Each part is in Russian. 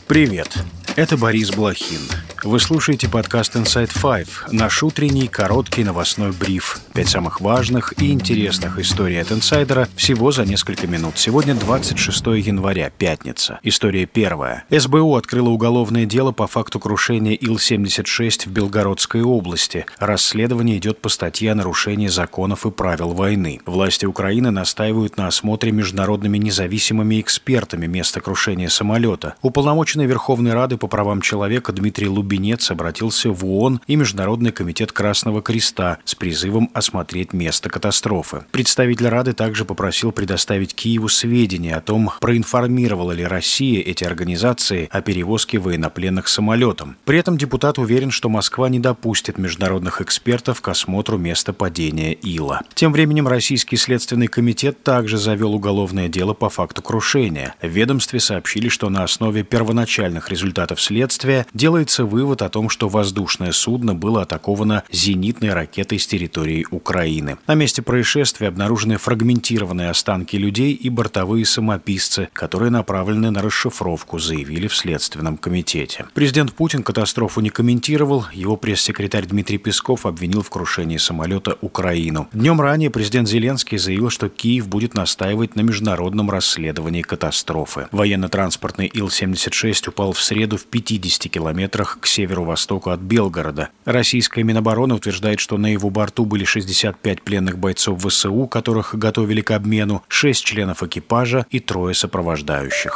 Привет, это Борис Блохин. Вы слушаете подкаст Inside Five, наш утренний короткий новостной бриф. 5 самых важных и интересных историй от инсайдера всего за несколько минут. Сегодня 26 января, пятница. История первая. СБУ открыла уголовное дело по факту крушения Ил-76 в Белгородской области. Расследование идет по статье о нарушении законов и правил войны. Власти Украины настаивают на осмотре международными независимыми экспертами места крушения самолета. Уполномоченный Верховной Рады по правам человека Дмитрий Лубенец обратился в ООН и Международный комитет Красного Креста с призывом осмотреть место катастрофы. Представитель Рады также попросил предоставить Киеву сведения о том, проинформировала ли Россия эти организации о перевозке военнопленных самолетом. При этом депутат уверен, что Москва не допустит международных экспертов к осмотру места падения Ила. Тем временем Российский следственный комитет также завел уголовное дело по факту крушения. В ведомстве сообщили, что на основе первоначальных результатов следствия делается вывод о том, что воздушное судно было атаковано зенитной ракетой с территории Украины. На месте происшествия обнаружены фрагментированные останки людей и бортовые самописцы, которые направлены на расшифровку, заявили в Следственном комитете. Президент Путин катастрофу не комментировал, его пресс-секретарь Дмитрий Песков обвинил в крушении самолета Украину. Днем ранее президент Зеленский заявил, что Киев будет настаивать на международном расследовании катастрофы. Военно-транспортный Ил-76 упал в среду в 50 километрах к северо-востоку от Белгорода. Российская Минобороны утверждает, что на его борту были 65 пленных бойцов ВСУ, которых готовили к обмену, 6 членов экипажа и 3 сопровождающих.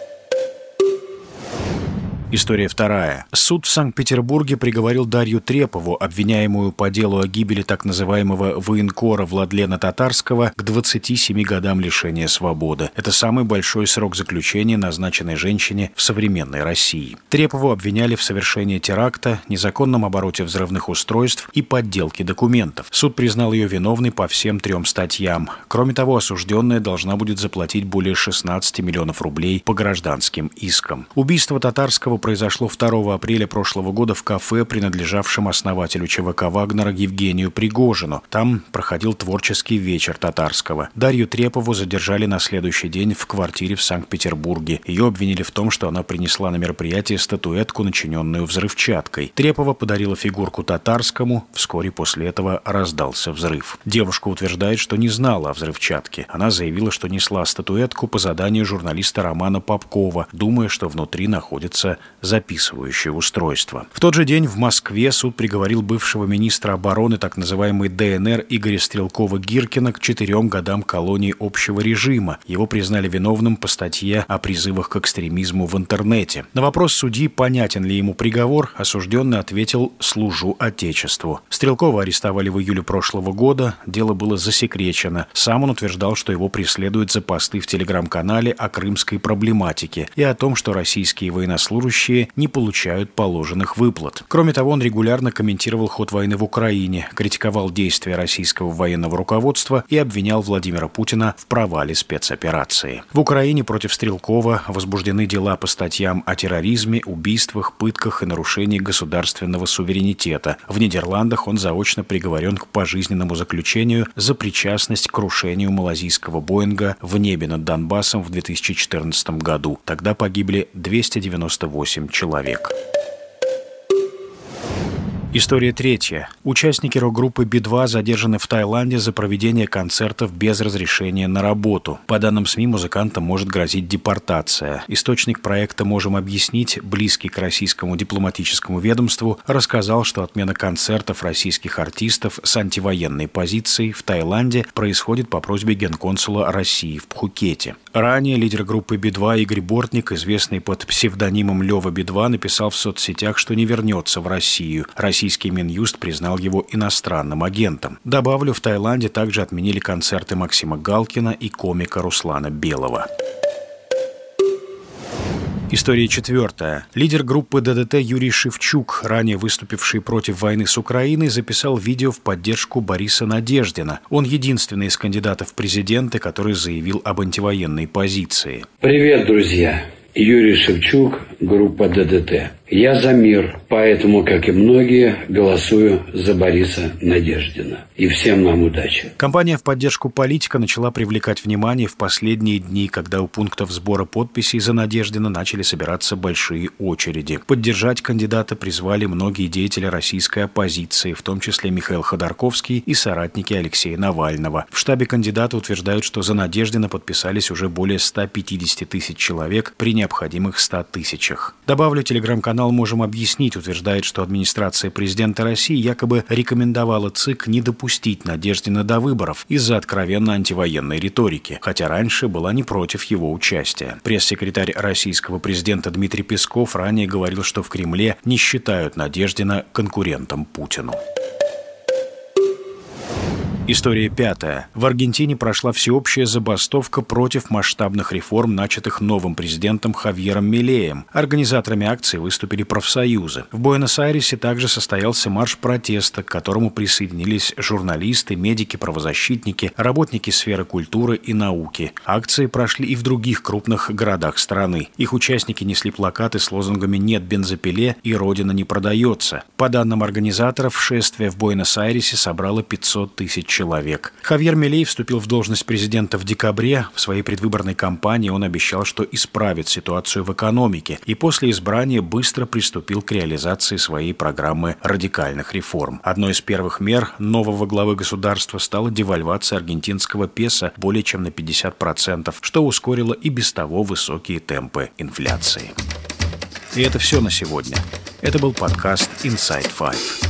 История вторая. Суд в Санкт-Петербурге приговорил Дарью Трепову, обвиняемую по делу о гибели так называемого военкора Владлена Татарского, к 27 годам лишения свободы. Это самый большой срок заключения назначенной женщине в современной России. Трепову обвиняли в совершении теракта, незаконном обороте взрывных устройств и подделке документов. Суд признал ее виновной по всем 3 статьям. Кроме того, осужденная должна будет заплатить более 16 миллионов рублей по гражданским искам. Убийство Татарского произошло 2 апреля прошлого года в кафе, принадлежавшем основателю ЧВК «Вагнера» Евгению Пригожину. Там проходил творческий вечер Татарского. Дарью Трепову задержали на следующий день в квартире в Санкт-Петербурге. Ее обвинили в том, что она принесла на мероприятие статуэтку, начиненную взрывчаткой. Трепова подарила фигурку Татарскому. Вскоре после этого раздался взрыв. Девушка утверждает, что не знала о взрывчатке. Она заявила, что несла статуэтку по заданию журналиста Романа Попкова, думая, что внутри находится записывающее устройство. В тот же день в Москве суд приговорил бывшего министра обороны так называемой ДНР Игоря Стрелкова-Гиркина к 4 годам колонии общего режима. Его признали виновным по статье о призывах к экстремизму в интернете. На вопрос судьи, понятен ли ему приговор, осужденный ответил: «Служу Отечеству». Стрелкова арестовали в июле прошлого года. Дело было засекречено. Сам он утверждал, что его преследуют за посты в телеграм-канале о крымской проблематике и о том, что российские военнослужащие не получают положенных выплат. Кроме того, он регулярно комментировал ход войны в Украине, критиковал действия российского военного руководства и обвинял Владимира Путина в провале спецоперации. В Украине против Стрелкова возбуждены дела по статьям о терроризме, убийствах, пытках и нарушении государственного суверенитета. В Нидерландах он заочно приговорен к пожизненному заключению за причастность к крушению малазийского Боинга в небе над Донбассом в 2014 году. Тогда погибли 298 человек. История третья. Участники рок-группы Би-2 задержаны в Таиланде за проведение концертов без разрешения на работу. По данным СМИ, музыкантам может грозить депортация. Источник проекта «Можем объяснить», близкий к российскому дипломатическому ведомству, рассказал, что отмена концертов российских артистов с антивоенной позицией в Таиланде происходит по просьбе генконсула России в Пхукете. Ранее лидер группы Би-2 Игорь Бортник, известный под псевдонимом Лёва Би-2, написал в соцсетях, что не вернется в Россию. Российский Минюст признал его иностранным агентом. Добавлю, в Таиланде также отменили концерты Максима Галкина и комика Руслана Белого. История четвертая. Лидер группы ДДТ Юрий Шевчук, ранее выступивший против войны с Украиной, записал видео в поддержку Бориса Надеждина. Он единственный из кандидатов в президенты, который заявил об антивоенной позиции. Привет, друзья! Юрий Шевчук, группа ДДТ. Я за мир, поэтому, как и многие, голосую за Бориса Надеждина. И всем нам удачи. Кампания в поддержку политика начала привлекать внимание в последние дни, когда у пунктов сбора подписей за Надеждина начали собираться большие очереди. Поддержать кандидата призвали многие деятели российской оппозиции, в том числе Михаил Ходорковский и соратники Алексея Навального. В штабе кандидата утверждают, что за Надеждина подписались уже более 150 тысяч человек при необходимых 100 тысячах. Добавлю, телеграм-канал «Можем объяснить» утверждает, что администрация президента России якобы рекомендовала ЦИК не допустить Надеждина до выборов из-за откровенно антивоенной риторики, хотя раньше была не против его участия. Пресс-секретарь российского президента Дмитрий Песков ранее говорил, что в Кремле не считают Надеждина конкурентом Путину. История 5. В Аргентине прошла всеобщая забастовка против масштабных реформ, начатых новым президентом Хавьером Милеем. Организаторами акции выступили профсоюзы. В Буэнос-Айресе также состоялся марш протеста, к которому присоединились журналисты, медики, правозащитники, работники сферы культуры и науки. Акции прошли и в других крупных городах страны. Их участники несли плакаты с лозунгами «Нет бензопиле» и «Родина не продается». По данным организаторов, шествие в Буэнос-Айресе собрало 500 тысяч человек. Хавьер Милей вступил в должность президента в декабре. В своей предвыборной кампании он обещал, что исправит ситуацию в экономике, и после избрания быстро приступил к реализации своей программы радикальных реформ. Одной из первых мер нового главы государства стала девальвация аргентинского песо более чем на 50%, что ускорило и без того высокие темпы инфляции. И это все на сегодня. Это был подкаст Inside Five.